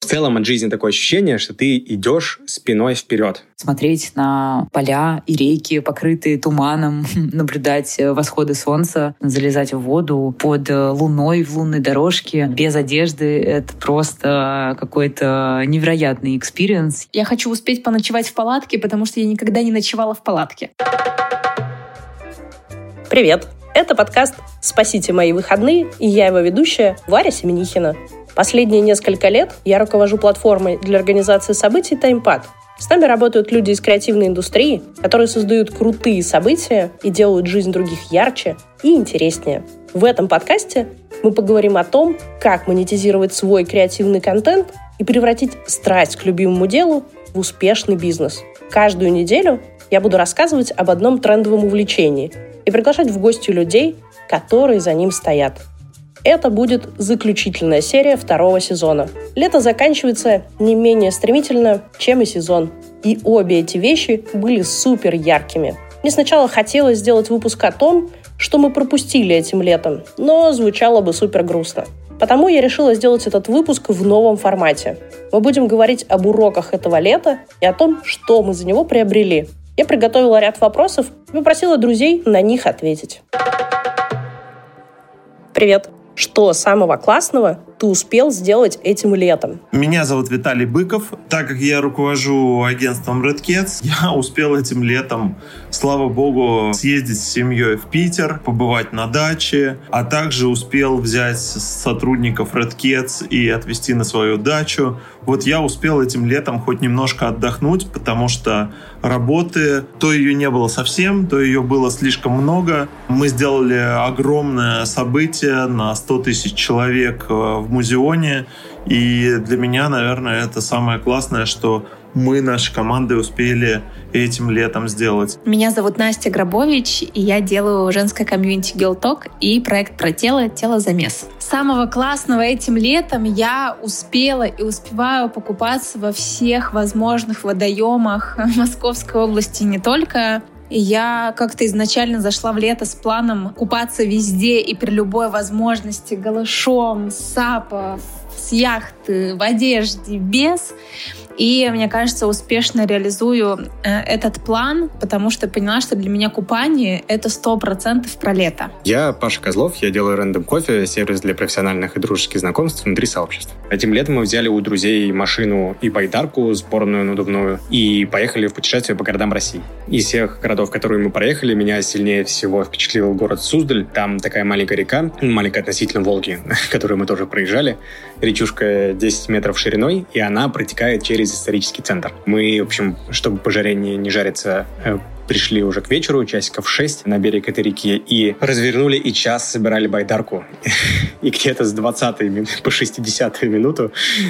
В целом от жизни такое ощущение, что ты идешь спиной вперед. Смотреть на поля и реки, покрытые туманом, наблюдать восходы солнца, залезать в воду под луной в лунной дорожке, без одежды — это просто какой-то невероятный экспириенс. Я хочу успеть поночевать в палатке, потому что я никогда не ночевала в палатке. Привет! Это подкаст «Спасите мои выходные», и я его ведущая Варя Семенихина. Последние несколько лет я руковожу платформой для организации событий TimePad. С нами работают люди из креативной индустрии, которые создают крутые события и делают жизнь других ярче и интереснее. В этом подкасте мы поговорим о том, как монетизировать свой креативный контент и превратить страсть к любимому делу в успешный бизнес. Каждую неделю я буду рассказывать об одном трендовом увлечении и приглашать в гости людей, которые за ним стоят. Это будет заключительная серия 2-го сезона. Лето заканчивается не менее стремительно, чем и сезон. И обе эти вещи были супер яркими. Мне сначала хотелось сделать выпуск о том, что мы пропустили этим летом, но звучало бы супер грустно. Потому я решила сделать этот выпуск в новом формате. Мы будем говорить об уроках этого лета и о том, что мы за него приобрели. Я приготовила ряд вопросов и попросила друзей на них ответить. Привет! Что самого классного ты успел сделать этим летом? Меня зовут Виталий Быков. Так как я руковожу агентством Redcats, я успел этим летом, слава богу, съездить с семьей в Питер, побывать на даче, а также успел взять сотрудников Redcats и отвезти на свою дачу. Вот я успел этим летом хоть немножко отдохнуть, потому что работы, то ее не было совсем, то ее было слишком много. Мы сделали огромное событие на 100 тысяч человек в Музеоне, и для меня, наверное, это самое классное, что мы, нашей командой, успели этим летом сделать. Меня зовут Настя Грабович, и я делаю женское комьюнити Girl Talk и проект про тело «Телозамес». Самого классного этим летом я успела и успеваю покупаться во всех возможных водоемах Московской области, не только. И я как-то изначально зашла в лето с планом купаться везде и при любой возможности голышом, с сапа, с яхты, в одежде, без. И, мне кажется, успешно реализую этот план, потому что поняла, что для меня купание — это 100% про лето. Я Паша Козлов, я делаю Random Coffee, сервис для профессиональных и дружеских знакомств внутри сообществ. Этим летом мы взяли у друзей машину и байдарку, сборную надувную, и поехали в путешествие по городам России. Из всех городов, которые мы проехали, меня сильнее всего впечатлил город Суздаль. Там такая маленькая река, маленькая относительно Волги, которую мы тоже проезжали. Речушка 10 метров шириной, и она протекает через исторический центр. Мы, в общем, чтобы по жаре не жариться, пришли уже к вечеру, часиков 6 на берег этой реки, и развернули и час собирали байдарку. И где-то с 20 по 60 минуту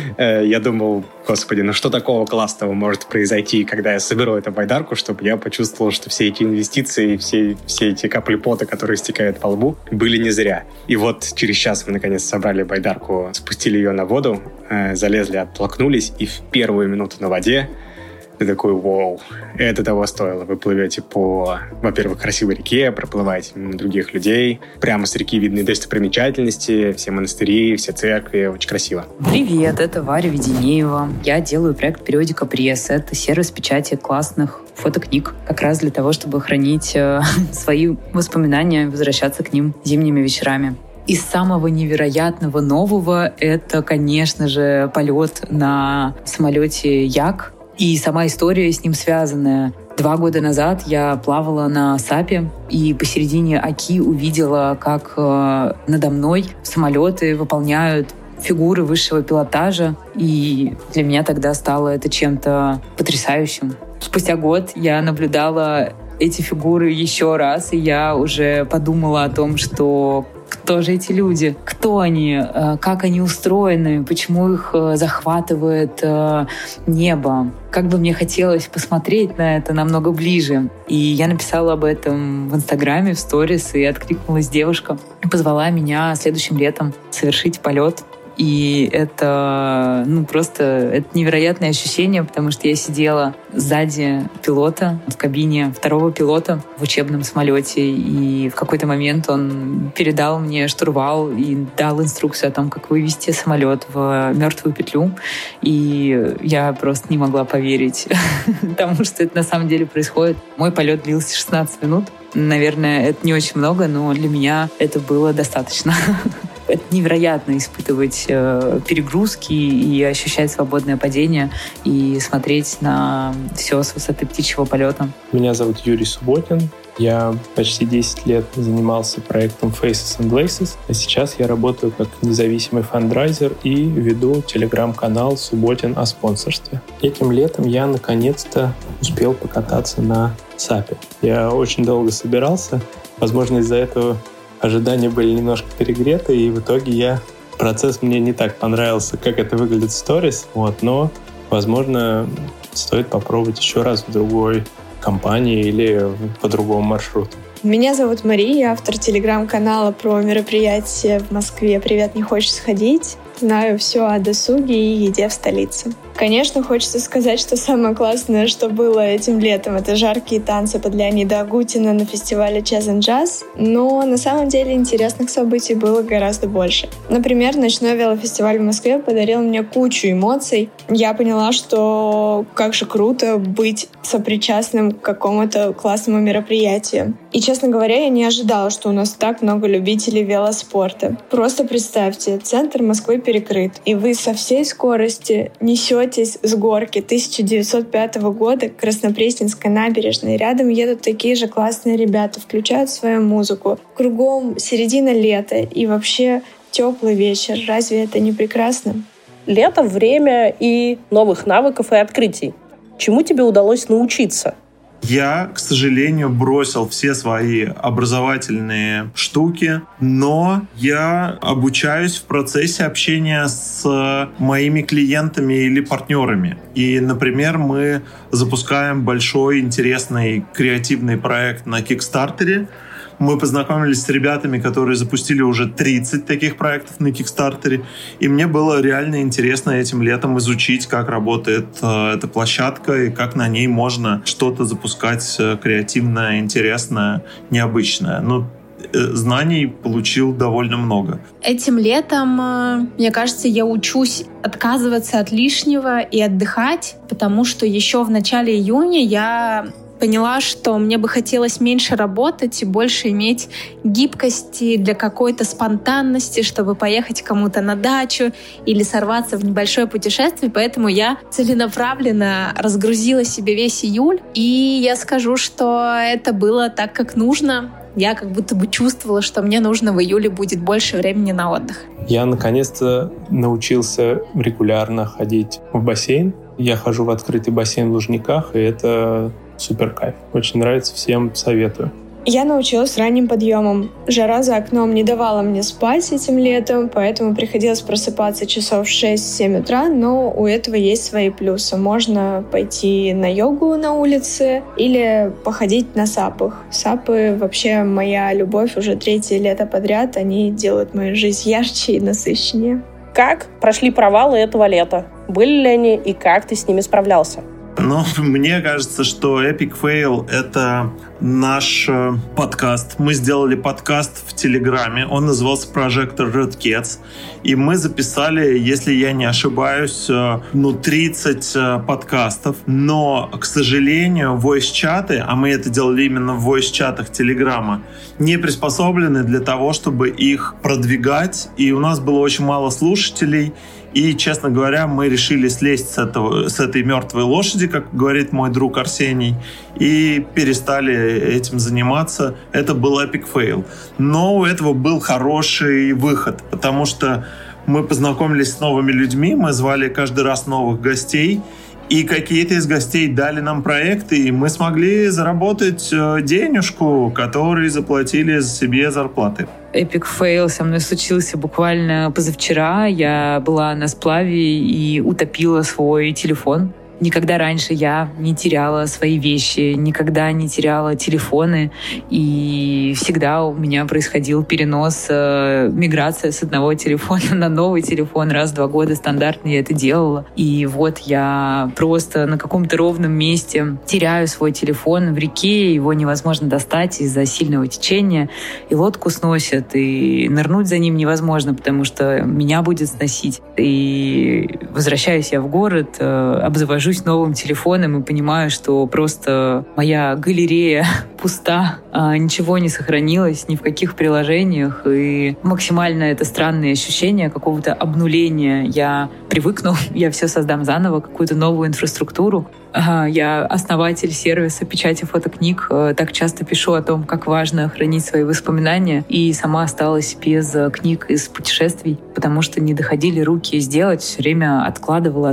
я думал, господи, ну что такого классного может произойти, когда я соберу эту байдарку, чтобы я почувствовал, что все эти инвестиции, все эти капли пота, которые стекают по лбу, были не зря. И вот через час мы наконец собрали байдарку, спустили ее на воду, залезли, оттолкнулись, и в первую минуту на воде ты такой, вау, это того стоило. Вы плывете по, во-первых, красивой реке, проплываете мимо других людей. Прямо с реки видны достопримечательности, все монастыри, все церкви. Очень красиво. Привет, это Варя Веденеева. Я делаю проект «Периодика Пресс». Это сервис печати классных фотокниг. Как раз для того, чтобы хранить свои воспоминания, возвращаться к ним зимними вечерами. Из самого невероятного нового это, конечно же, полет на самолете Як. И сама история с ним связанная. 2 года назад я плавала на САПе и посередине Оки увидела, как надо мной самолеты выполняют фигуры высшего пилотажа. И для меня тогда стало это чем-то потрясающим. Спустя год я наблюдала эти фигуры еще раз, и я уже подумала о том, что кто же эти люди, кто они, как они устроены, почему их захватывает небо. Как бы мне хотелось посмотреть на это намного ближе. И я написала об этом в Инстаграме, в сторис, и откликнулась девушка и позвала меня следующим летом совершить полет И это, это невероятное ощущение, потому что я сидела сзади пилота, в кабине второго пилота в учебном самолете, и в какой-то момент он передал мне штурвал и дал инструкцию о том, как вывести самолет в мертвую петлю. И я просто не могла поверить тому, что это на самом деле происходит. Мой полет длился 16 минут. Наверное, это не очень много, но для меня это было достаточно. Это невероятно испытывать перегрузки и ощущать свободное падение и смотреть на все с высоты птичьего полета. Меня зовут Юрий Субботин. Я почти 10 лет занимался проектом Faces and Laces, а сейчас я работаю как независимый фандрайзер и веду телеграм-канал «Субботин о спонсорстве». Этим летом я наконец-то успел покататься на САПе. Я очень долго собирался. Возможно, из-за этого ожидания были немножко перегреты, и в итоге процесс мне не так понравился, как это выглядит в сторис, но, возможно, стоит попробовать еще раз в другой компании или по другому маршруту. Меня зовут Мария, автор телеграм-канала про мероприятия в Москве «Привет, не хочешь сходить?». Знаю все о досуге и еде в столице. Конечно, хочется сказать, что самое классное, что было этим летом, это жаркие танцы под Леонида Агутина на фестивале Jazz and Jazz, но на самом деле интересных событий было гораздо больше. Например, ночной велофестиваль в Москве подарил мне кучу эмоций. Я поняла, что как же круто быть сопричастным к какому-то классному мероприятию. И, честно говоря, я не ожидала, что у нас так много любителей велоспорта. Просто представьте, центр Москвы перекрыт, и вы со всей скорости несетесь с горки 1905 года к Краснопресненской набережной. Рядом едут такие же классные ребята, включают свою музыку. Кругом середина лета и вообще теплый вечер. Разве это не прекрасно? Лето — время и новых навыков и открытий. Чему тебе удалось научиться? Я, к сожалению, бросил все свои образовательные штуки, но я обучаюсь в процессе общения с моими клиентами или партнерами. И, например, мы запускаем большой, интересный, креативный проект на Кикстартере. Мы познакомились с ребятами, которые запустили уже 30 таких проектов на Кикстартере, и мне было реально интересно этим летом изучить, как работает эта площадка и как на ней можно что-то запускать креативное, интересное, необычное. Знаний получил довольно много. Этим летом, мне кажется, я учусь отказываться от лишнего и отдыхать, потому что еще в начале июня я поняла, что мне бы хотелось меньше работать и больше иметь гибкости для какой-то спонтанности, чтобы поехать кому-то на дачу или сорваться в небольшое путешествие. Поэтому я целенаправленно разгрузила себе весь июль. И я скажу, что это было так, как нужно. Я как будто бы чувствовала, что мне нужно в июле будет больше времени на отдых. Я наконец-то научился регулярно ходить в бассейн. Я хожу в открытый бассейн в Лужниках, и это супер кайф. Очень нравится, всем советую. Я научилась ранним подъемам. Жара за окном не давала мне спать этим летом, поэтому приходилось просыпаться часов в 6-7 утра, но у этого есть свои плюсы. Можно пойти на йогу на улице или походить на сапах. Сапы вообще моя любовь уже 3-е лето подряд. Они делают мою жизнь ярче и насыщеннее. Как прошли провалы этого лета? Были ли они и как ты с ними справлялся? Мне кажется, что Epic Fail — это наш подкаст. Мы сделали подкаст в Телеграме. Он назывался Projector Red Cats. И мы записали, если я не ошибаюсь, 30 подкастов. Но, к сожалению, voice-чаты, а мы это делали именно в voice-чатах Телеграма, не приспособлены для того, чтобы их продвигать. И у нас было очень мало слушателей. И, честно говоря, мы решили слезть с этой мертвой лошади, как говорит мой друг Арсений, и перестали этим заниматься. Это был epic fail. Но у этого был хороший выход, потому что мы познакомились с новыми людьми, мы звали каждый раз новых гостей, и какие-то из гостей дали нам проекты, и мы смогли заработать денежку, которые заплатили себе зарплаты. Epic fail со мной случился буквально позавчера. Я была на сплаве и утопила свой телефон. Никогда раньше я не теряла свои вещи, никогда не теряла телефоны, и всегда у меня происходил перенос, миграция с одного телефона на новый телефон. Раз в 2 года стандартно я это делала. И вот я просто на каком-то ровном месте теряю свой телефон в реке, его невозможно достать из-за сильного течения, и лодку сносят, и нырнуть за ним невозможно, потому что меня будет сносить. И возвращаюсь я в город, обзавожусь новым телефоном и понимаю, что просто моя галерея пуста, ничего не сохранилось ни в каких приложениях, и максимально это странное ощущение какого-то обнуления. Я привыкну, я все создам заново, какую-то новую инфраструктуру. Я основатель сервиса печати фотокниг. Так часто пишу о том, как важно хранить свои воспоминания. И сама осталась без книг из путешествий, потому что не доходили руки сделать. Все время откладывала.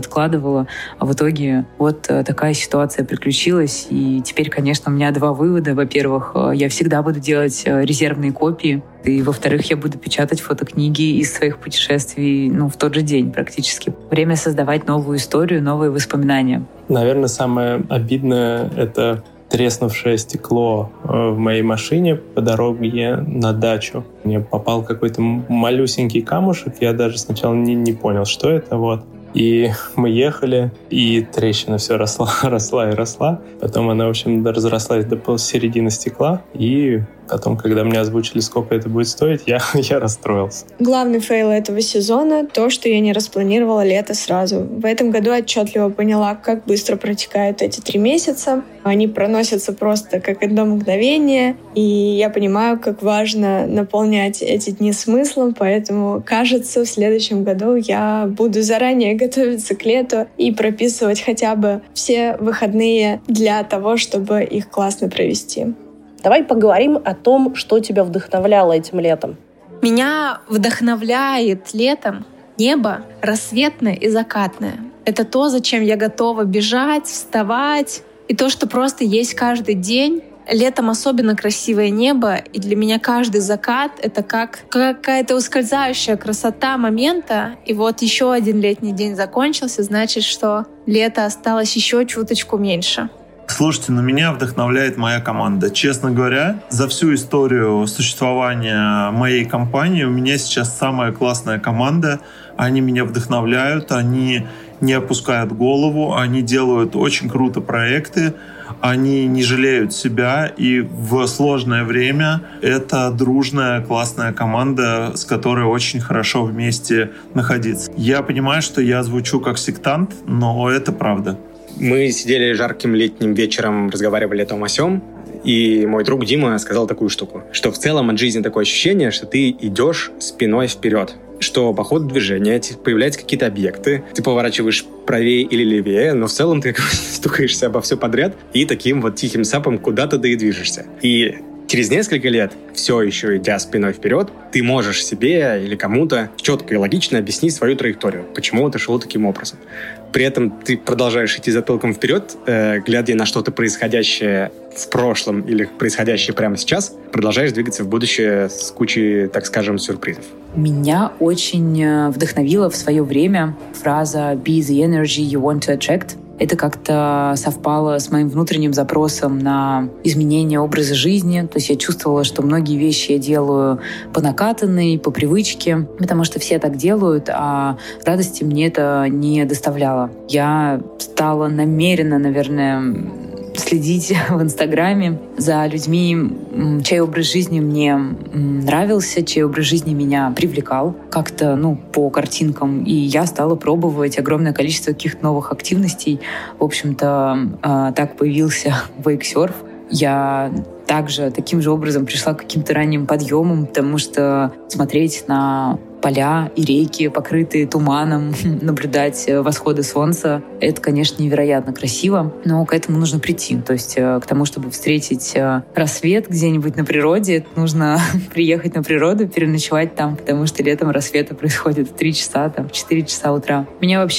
А в итоге вот такая ситуация приключилась. И теперь, конечно, у меня 2 вывода. Во-первых, я всегда буду делать резервные копии. И, во-вторых, я буду печатать фотокниги из своих путешествий в тот же день практически. Время создавать новую историю, новые воспоминания. Наверное, самое обидное — это треснувшее стекло в моей машине по дороге на дачу. Мне попал какой-то малюсенький камушек, я даже сначала не понял, что это. И мы ехали, и трещина все росла. Потом она, в общем, разрослась до середины стекла. И потом, когда мне озвучили, сколько это будет стоить, я расстроился. Главный фейл этого сезона — то, что я не распланировала лето сразу. В этом году отчетливо поняла, как быстро протекают эти 3 месяца. Они проносятся просто как одно мгновение. И я понимаю, как важно наполнять эти дни смыслом. Поэтому, кажется, в следующем году я буду заранее готовиться к лету и прописывать хотя бы все выходные для того, чтобы их классно провести. Давай поговорим о том, что тебя вдохновляло этим летом. Меня вдохновляет летом небо рассветное и закатное. Это то, зачем я готова бежать, вставать. И то, что просто есть каждый день. Летом особенно красивое небо, и для меня каждый закат — это как какая-то ускользающая красота момента. И вот еще один летний день закончился, значит, что лето осталось еще чуточку меньше. Слушайте, меня вдохновляет моя команда. Честно говоря, за всю историю существования моей компании у меня сейчас самая классная команда. Они меня вдохновляют, они не опускают голову, они делают очень круто проекты, они не жалеют себя, и в сложное время это дружная, классная команда, с которой очень хорошо вместе находиться. Я понимаю, что я звучу как сектант, но это правда. Мы сидели жарким летним вечером, разговаривали о том о сём, и мой друг Дима сказал такую штуку, что в целом от жизни такое ощущение, что ты идешь спиной вперед, что по ходу движения появляются какие-то объекты, ты поворачиваешь правее или левее, но в целом ты стукаешься обо все подряд и таким вот тихим сапом куда-то да и движешься. И через несколько лет, все еще идя спиной вперед, ты можешь себе или кому-то четко и логично объяснить свою траекторию, почему ты шел таким образом. При этом ты продолжаешь идти затылком вперед, глядя на что-то происходящее в прошлом или происходящее прямо сейчас, продолжаешь двигаться в будущее с кучей, так скажем, сюрпризов. Меня очень вдохновила в свое время фраза «Be the energy you want to attract». Это как-то совпало с моим внутренним запросом на изменение образа жизни. То есть я чувствовала, что многие вещи я делаю по накатанной, по привычке, потому что все так делают, а радости мне это не доставляло. Я стала намеренно, наверное, следить в Инстаграме за людьми, чей образ жизни мне нравился, чей образ жизни меня привлекал как-то, по картинкам. И я стала пробовать огромное количество каких-то новых активностей. В общем-то, так появился вейксерф. Я также таким же образом пришла к каким-то ранним подъемам, потому что смотреть на поля и реки, покрытые туманом, наблюдать восходы солнца. Это, конечно, невероятно красиво, но к этому нужно прийти. То есть к тому, чтобы встретить рассвет где-нибудь на природе, нужно приехать на природу, переночевать там, потому что летом рассветы происходят в 3 часа, в 4 часа утра. Меня вообще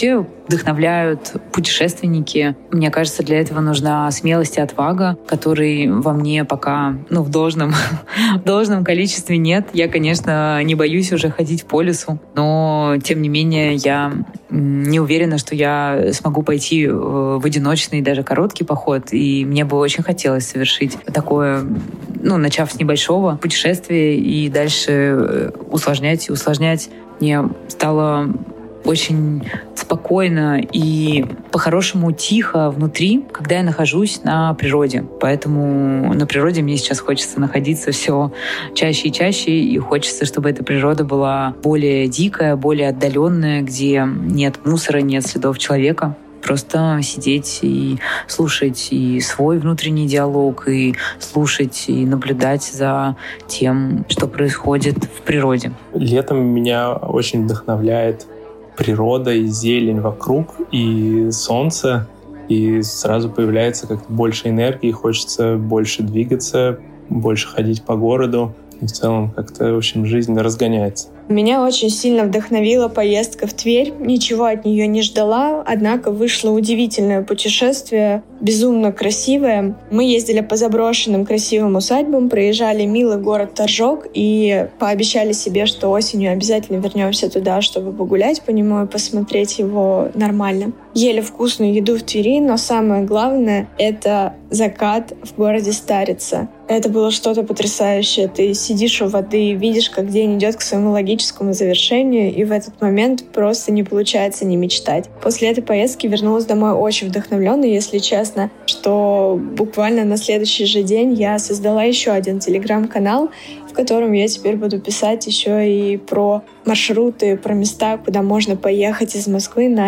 вдохновляют путешественники. Мне кажется, для этого нужна смелость и отвага, которой во мне пока в должном количестве нет. Я, конечно, не боюсь уже ходить по лесу, но, тем не менее, я не уверена, что я смогу пойти в одиночный, даже короткий поход. И мне бы очень хотелось совершить такое, начав с небольшого путешествия и дальше усложнять и усложнять. Мне стало очень спокойно и по-хорошему тихо внутри, когда я нахожусь на природе. Поэтому на природе мне сейчас хочется находиться все чаще и чаще, и хочется, чтобы эта природа была более дикая, более отдаленная, где нет мусора, нет следов человека. Просто сидеть и слушать и свой внутренний диалог, и слушать, и наблюдать за тем, что происходит в природе. Летом меня очень вдохновляет природа и зелень вокруг, и солнце, и сразу появляется как-то больше энергии, хочется больше двигаться, больше ходить по городу, и в целом как-то, в общем, жизнь разгоняется. Меня очень сильно вдохновила поездка в Тверь. Ничего от нее не ждала, однако вышло удивительное путешествие, безумно красивое. Мы ездили по заброшенным красивым усадьбам, проезжали милый город Торжок и пообещали себе, что осенью обязательно вернемся туда, чтобы погулять по нему и посмотреть его нормально. Ели вкусную еду в Твери, но самое главное — это закат в городе Старица. Это было что-то потрясающее. Ты сидишь у воды, видишь, как день идет к своему логическому завершению, и в этот момент просто не получается не мечтать. После этой поездки вернулась домой очень вдохновленной, если честно, что буквально на следующий же день я создала еще один телеграм-канал, в котором я теперь буду писать еще и про маршруты, про места, куда можно поехать из Москвы на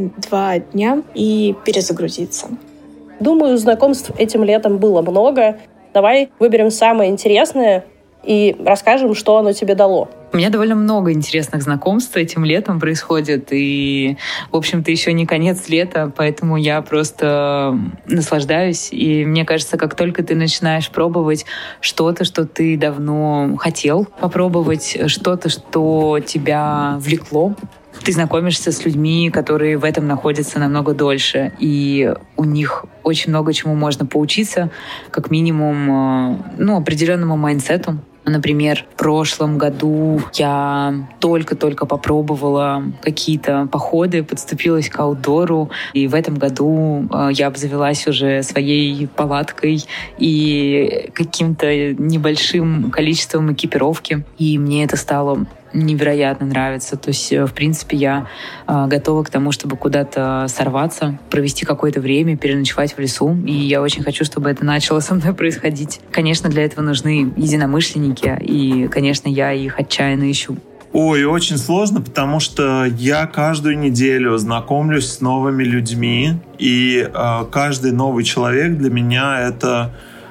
1-2 дня и перезагрузиться. Думаю, знакомств этим летом было много. Давай выберем самое интересное и расскажем, что оно тебе дало. У меня довольно много интересных знакомств этим летом происходит, и, в общем-то, еще не конец лета, поэтому я просто наслаждаюсь. И мне кажется, как только ты начинаешь пробовать что-то, что ты давно хотел попробовать, что-то, что тебя влекло, ты знакомишься с людьми, которые в этом находятся намного дольше, и у них очень много чему можно поучиться, как минимум, определенному майндсету. Например, в прошлом году я только-только попробовала какие-то походы, подступилась к аутдору, и в этом году я обзавелась уже своей палаткой и каким-то небольшим количеством экипировки, и мне это стало невероятно нравится. То есть, в принципе, я готова к тому, чтобы куда-то сорваться, провести какое-то время, переночевать в лесу. И я очень хочу, чтобы это начало со мной происходить. Конечно, для этого нужны единомышленники, и, конечно, я их отчаянно ищу. Ой, очень сложно, потому что я каждую неделю знакомлюсь с новыми людьми, и каждый новый человек для меня — это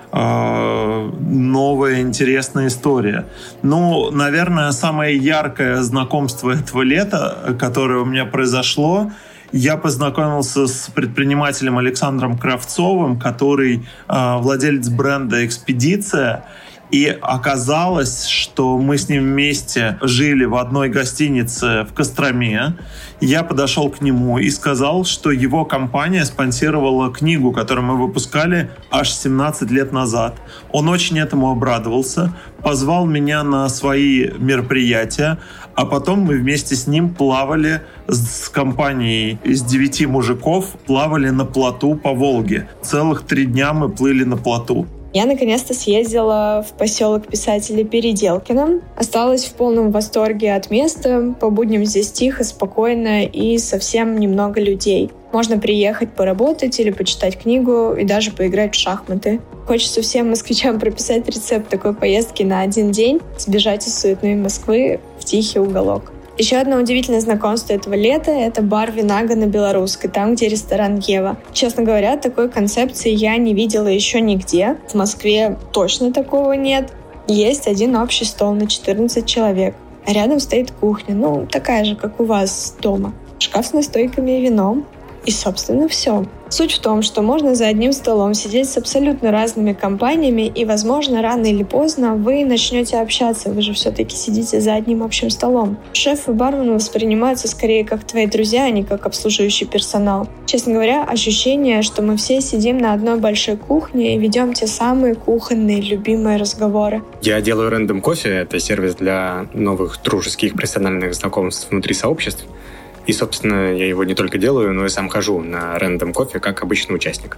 новая интересная история. Наверное, самое яркое знакомство этого лета, которое у меня произошло, я познакомился с предпринимателем Александром Кравцовым, который владелец бренда «Экспедиция». И оказалось, что мы с ним вместе жили в одной гостинице в Костроме. Я подошел к нему и сказал, что его компания спонсировала книгу, которую мы выпускали аж 17 лет назад. Он очень этому обрадовался, позвал меня на свои мероприятия, а потом мы вместе с ним плавали с компанией из 9 мужиков, плавали на плоту по Волге. Целых 3 дня мы плыли на плоту. Я наконец-то съездила в поселок писателей Переделкино. Осталась в полном восторге от места. По будням здесь тихо, спокойно и совсем немного людей. Можно приехать поработать или почитать книгу и даже поиграть в шахматы. Хочется всем москвичам прописать рецепт такой поездки на 1 день, сбежать из суетной Москвы в тихий уголок. Еще одно удивительное знакомство этого лета — это бар Винага на Белорусской, там, где ресторан Ева. Честно говоря, такой концепции я не видела еще нигде. В Москве точно такого нет. Есть один общий стол на 14 человек. Рядом стоит кухня, такая же, как у вас дома. Шкаф с настойками и вином. И, собственно, все. Суть в том, что можно за одним столом сидеть с абсолютно разными компаниями, и, возможно, рано или поздно вы начнете общаться. Вы же все-таки сидите за одним общим столом. Шеф и бармен воспринимаются скорее как твои друзья, а не как обслуживающий персонал. Честно говоря, ощущение, что мы все сидим на одной большой кухне и ведем те самые кухонные любимые разговоры. Я делаю Random Coffee. Это сервис для новых дружеских профессиональных знакомств внутри сообществ. И, собственно, я его не только делаю, но и сам хожу на Random Coffee как обычный участник.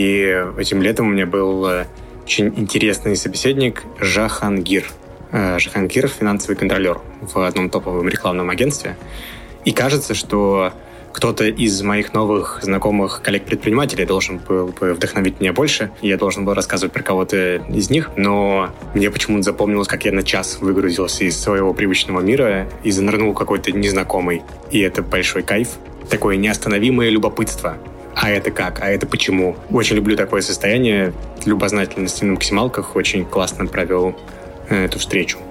И этим летом у меня был очень интересный собеседник Жахангир. Жахангир — финансовый контролер в одном топовом рекламном агентстве. И кажется, что кто-то из моих новых знакомых коллег-предпринимателей должен был бы вдохновить меня больше, и я должен был рассказывать про кого-то из них, но мне почему-то запомнилось, как я на час выгрузился из своего привычного мира и занырнул в какой-то незнакомый. И это большой кайф, такое неостановимое любопытство. А это как? А это почему? Очень люблю такое состояние любознательности на максималках. Очень классно провел эту встречу.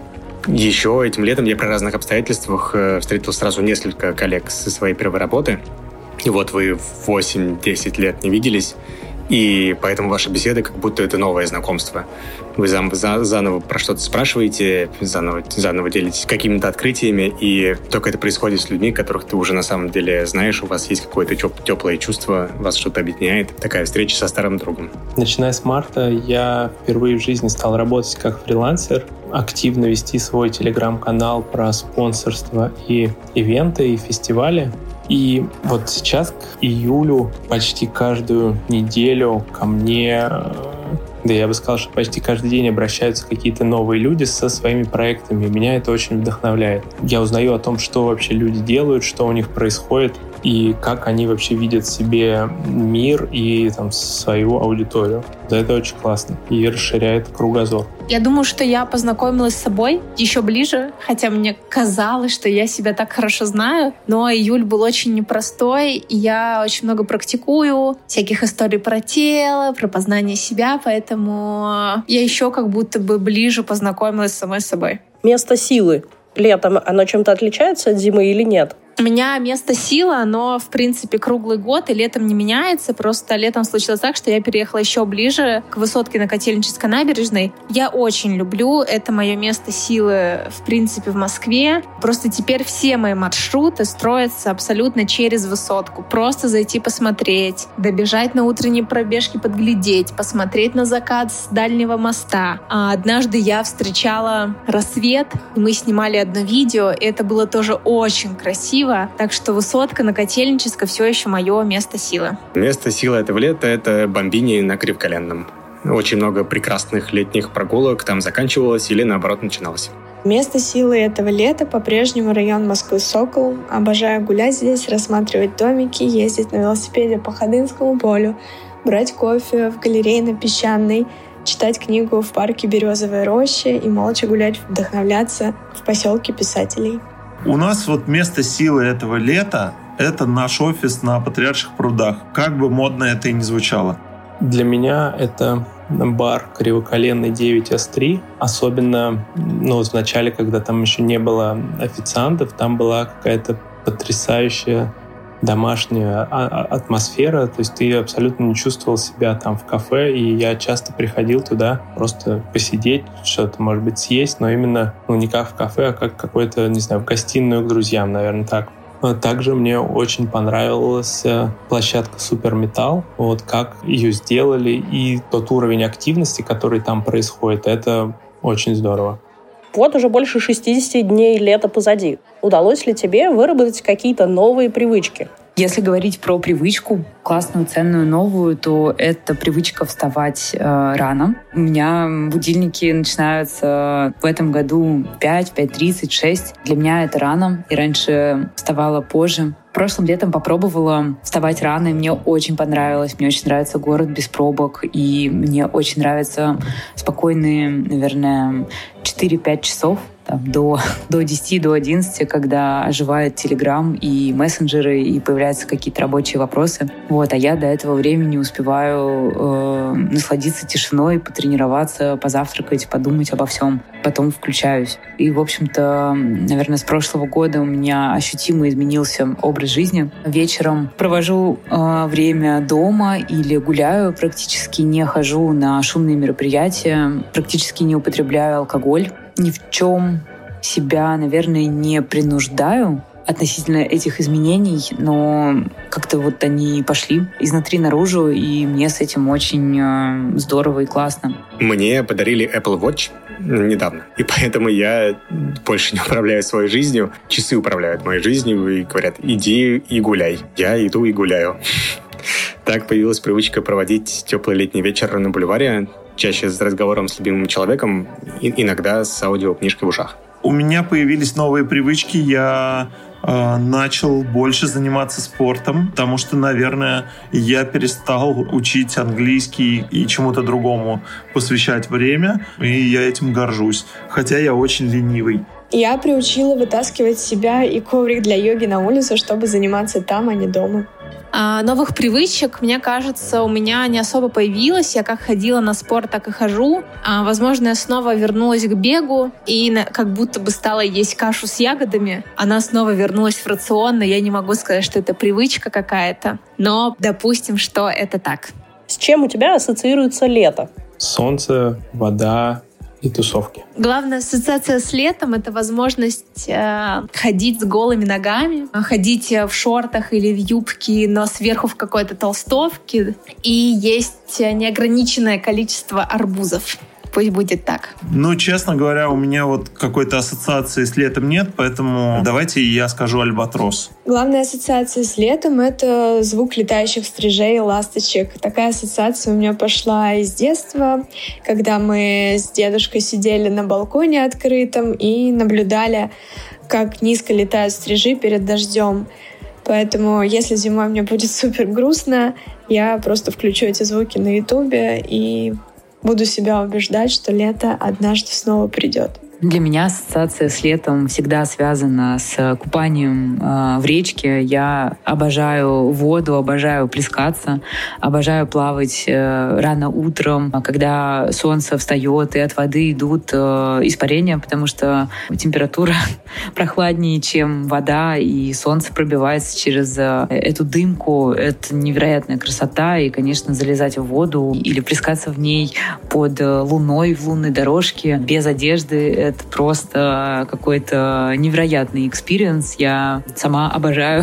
Еще этим летом я при разных обстоятельствах встретил сразу несколько коллег со своей первой работы. И вот вы 8-10 лет не виделись, и поэтому ваши беседы как будто это новое знакомство. Вы заново про что-то спрашиваете, заново делитесь какими-то открытиями, и только это происходит с людьми, которых ты уже на самом деле знаешь, у вас есть какое-то теплое чувство, вас что-то объединяет. Такая встреча со старым другом. Начиная с марта я впервые в жизни стал работать как фрилансер, активно вести свой телеграм-канал про спонсорство и ивенты, и фестивали. И вот сейчас к июлю почти каждую неделю ко мне, да я бы сказал, что почти каждый день обращаются какие-то новые люди со своими проектами. Меня это очень вдохновляет. Я узнаю о том, что вообще люди делают, что у них происходит, и как они вообще видят себе мир и там свою аудиторию. Да, это очень классно и расширяет кругозор. Я думаю, что я познакомилась с собой еще ближе, хотя мне казалось, что я себя так хорошо знаю, но июль был очень непростой, и я очень много практикую всяких историй про тело, про познание себя, поэтому я еще как будто бы ближе познакомилась с самой собой. Место силы. Летом оно чем-то отличается от зимы или нет? У меня место силы, оно, в принципе, круглый год, и летом не меняется. Просто летом случилось так, что я переехала еще ближе к высотке на Котельнической набережной. Я очень люблю, это мое место силы, в принципе, в Москве. Просто теперь все мои маршруты строятся абсолютно через высотку. Просто зайти посмотреть, добежать на утренние пробежки, подглядеть, посмотреть на закат с дальнего моста. А однажды я встречала рассвет, и мы снимали одно видео, и это было тоже очень красиво. Так что высотка на Котельнической все еще мое место силы. Место силы этого лета — это Бомбини на Кривколенном. Очень много прекрасных летних прогулок там заканчивалось или, наоборот, начиналось. Место силы этого лета по-прежнему район Москвы Сокол. Обожаю гулять здесь, рассматривать домики, ездить на велосипеде по Ходынскому полю, брать кофе в галерее на Песчаной, читать книгу в парке Березовая роща и молча гулять, вдохновляться в поселке писателей. У нас вот место силы этого лета — это наш офис на Патриарших прудах. Как бы модно это и ни звучало. Для меня это бар Кривоколенный 9С3. Особенно в начале, когда там еще не было официантов, там была какая-то потрясающая домашняя атмосфера, то есть ты абсолютно не чувствовал себя там в кафе, и я часто приходил туда просто посидеть, что-то, может быть, съесть, но именно не как в кафе, а как какой-то, не знаю, в гостиную к друзьям, наверное, так. Также мне очень понравилась площадка Супер Металл, вот как ее сделали, и тот уровень активности, который там происходит, это очень здорово. Вот уже больше 60 дней лета позади. Удалось ли тебе выработать какие-то новые привычки? Если говорить про привычку, классную, ценную, новую, то это привычка вставать рано. У меня будильники начинаются в этом году 5, 5:30, 6. Для меня это рано, и раньше вставала позже. Прошлым летом попробовала вставать рано, и мне очень понравилось. Мне очень нравится город без пробок, и мне очень нравятся спокойные, наверное, 4-5 часов. до 10, до 11, когда оживает Телеграм и мессенджеры, и появляются какие-то рабочие вопросы. А я до этого времени успеваю насладиться тишиной, потренироваться, позавтракать, подумать обо всем. Потом включаюсь. И, в общем-то, наверное, с прошлого года у меня ощутимо изменился образ жизни. Вечером провожу время дома или гуляю, практически не хожу на шумные мероприятия, практически не употребляю алкоголь. Ни в чем себя, наверное, не принуждаю относительно этих изменений, но как-то они пошли изнутри наружу, и мне с этим очень здорово и классно. Мне подарили Apple Watch недавно, и поэтому я больше не управляю своей жизнью. Часы управляют моей жизнью и говорят: иди и гуляй. Я иду и гуляю. Так появилась привычка проводить теплый летний вечер на бульваре, чаще с разговором с любимым человеком, иногда с аудиокнижкой в ушах. У меня появились новые привычки. Я начал больше заниматься спортом, потому что, наверное, я перестал учить английский и чему-то другому посвящать время, и я этим горжусь, хотя я очень ленивый. Я приучила вытаскивать себя и коврик для йоги на улицу, чтобы заниматься там, а не дома. Новых привычек, мне кажется, у меня не особо появилось. Я как ходила на спорт, так и хожу. Возможно, я снова вернулась к бегу и как будто бы стала есть кашу с ягодами. Она снова вернулась в рацион, но я не могу сказать, что это привычка какая-то. Но допустим, что это так. С чем у тебя ассоциируется лето? Солнце, вода и тусовки. Главная ассоциация с летом — это возможность ходить с голыми ногами, ходить в шортах или в юбке, но сверху в какой-то толстовке, и есть неограниченное количество арбузов. Пусть будет так. Честно говоря, у меня какой-то ассоциации с летом нет, поэтому давайте я скажу альбатрос. Главная ассоциация с летом — это звук летающих стрижей и ласточек. Такая ассоциация у меня пошла из детства, когда мы с дедушкой сидели на балконе открытом и наблюдали, как низко летают стрижи перед дождем. Поэтому, если зимой мне будет супер грустно, я просто включу эти звуки на Ютубе и буду себя убеждать, что лето однажды снова придет. Для меня ассоциация с летом всегда связана с купанием в речке. Я обожаю воду, обожаю плескаться, обожаю плавать рано утром, когда солнце встает и от воды идут испарения, потому что температура прохладнее, чем вода, и солнце пробивается через эту дымку. Это невероятная красота, и, конечно, залезать в воду или плескаться в ней под луной в лунной дорожке без одежды — это просто какой-то невероятный экспириенс. Я сама обожаю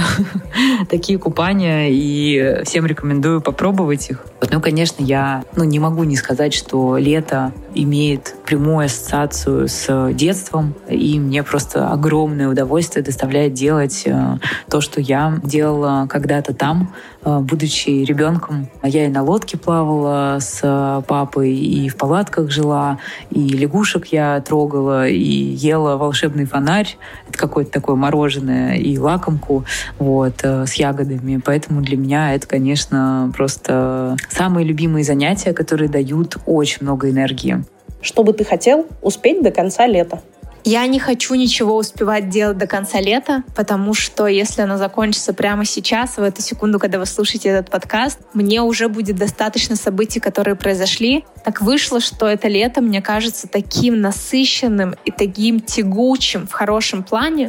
такие купания и всем рекомендую попробовать их. Конечно, я не могу не сказать, что лето имеет прямую ассоциацию с детством, и мне просто огромное удовольствие доставляет делать то, что я делала когда-то там, будучи ребенком. Я и на лодке плавала с папой, и в палатках жила, и лягушек я трогала, и ела волшебный фонарь. Это какое-то такое мороженое, и лакомку с ягодами. Поэтому для меня это, конечно, просто самые любимые занятия, которые дают очень много энергии. Что бы ты хотел успеть до конца лета? Я не хочу ничего успевать делать до конца лета, потому что если оно закончится прямо сейчас, в эту секунду, когда вы слушаете этот подкаст, мне уже будет достаточно событий, которые произошли. Так вышло, что это лето, мне кажется, таким насыщенным и таким тягучим в хорошем плане.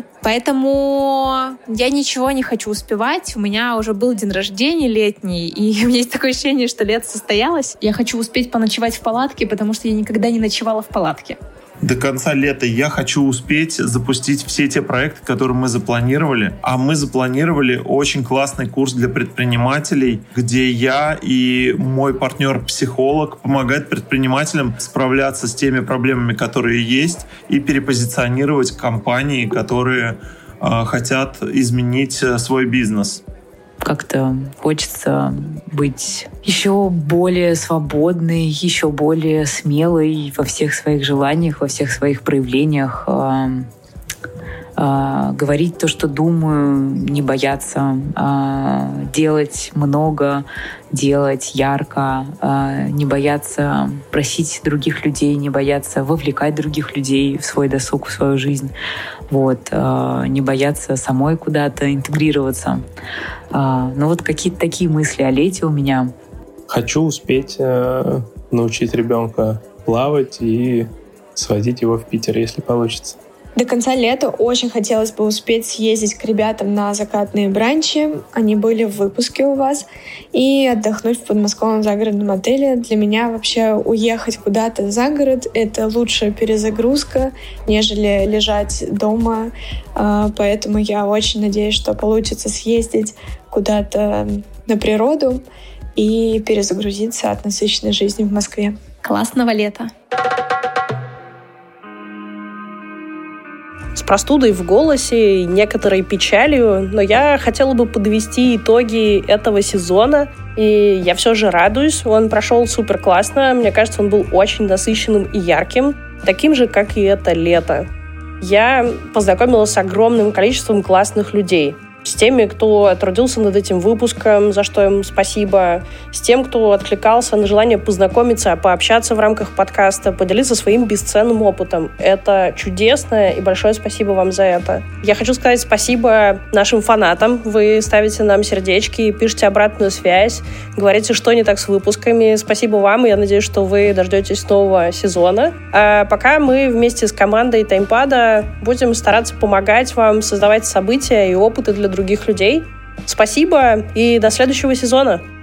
Поэтому я ничего не хочу успевать. У меня уже был день рождения летний, и у меня есть такое ощущение, что лето состоялось. Я хочу успеть поночевать в палатке, потому что я никогда не ночевала в палатке. До конца лета я хочу успеть запустить все те проекты, которые мы запланировали. А мы запланировали очень классный курс для предпринимателей, где я и мой партнер-психолог помогают предпринимателям справляться с теми проблемами, которые есть, и перепозиционировать компании, которые хотят изменить свой бизнес. Как-то хочется быть еще более свободной, еще более смелой во всех своих желаниях, во всех своих проявлениях. говорить то, что думаю, не бояться, делать много, делать ярко, не бояться просить других людей, не бояться вовлекать других людей в свой досуг, в свою жизнь, не бояться самой куда-то интегрироваться. Какие-то такие мысли о лете у меня. Хочу успеть научить ребенка плавать и сводить его в Питер, если получится. До конца лета очень хотелось бы успеть съездить к ребятам на закатные бранчи. Они были в выпуске у вас. И отдохнуть в подмосковном загородном отеле. Для меня вообще уехать куда-то за город — это лучшая перезагрузка, нежели лежать дома. Поэтому я очень надеюсь, что получится съездить куда-то на природу и перезагрузиться от насыщенной жизни в Москве. Классного лета! С простудой в голосе и некоторой печалью, но я хотела бы подвести итоги этого сезона, и я все же радуюсь. Он прошел супер классно, мне кажется, он был очень насыщенным и ярким, таким же, как и это лето. Я познакомилась с огромным количеством классных людей. С теми, кто трудился над этим выпуском, за что им спасибо. С тем, кто откликался на желание познакомиться, пообщаться в рамках подкаста, поделиться своим бесценным опытом. Это чудесно, и большое спасибо вам за это. Я хочу сказать спасибо нашим фанатам. Вы ставите нам сердечки, пишете обратную связь, говорите, что не так с выпусками. Спасибо вам, и я надеюсь, что вы дождетесь нового сезона. А пока мы вместе с командой Таймпада будем стараться помогать вам создавать события и опыты для других людей. Спасибо и до следующего сезона!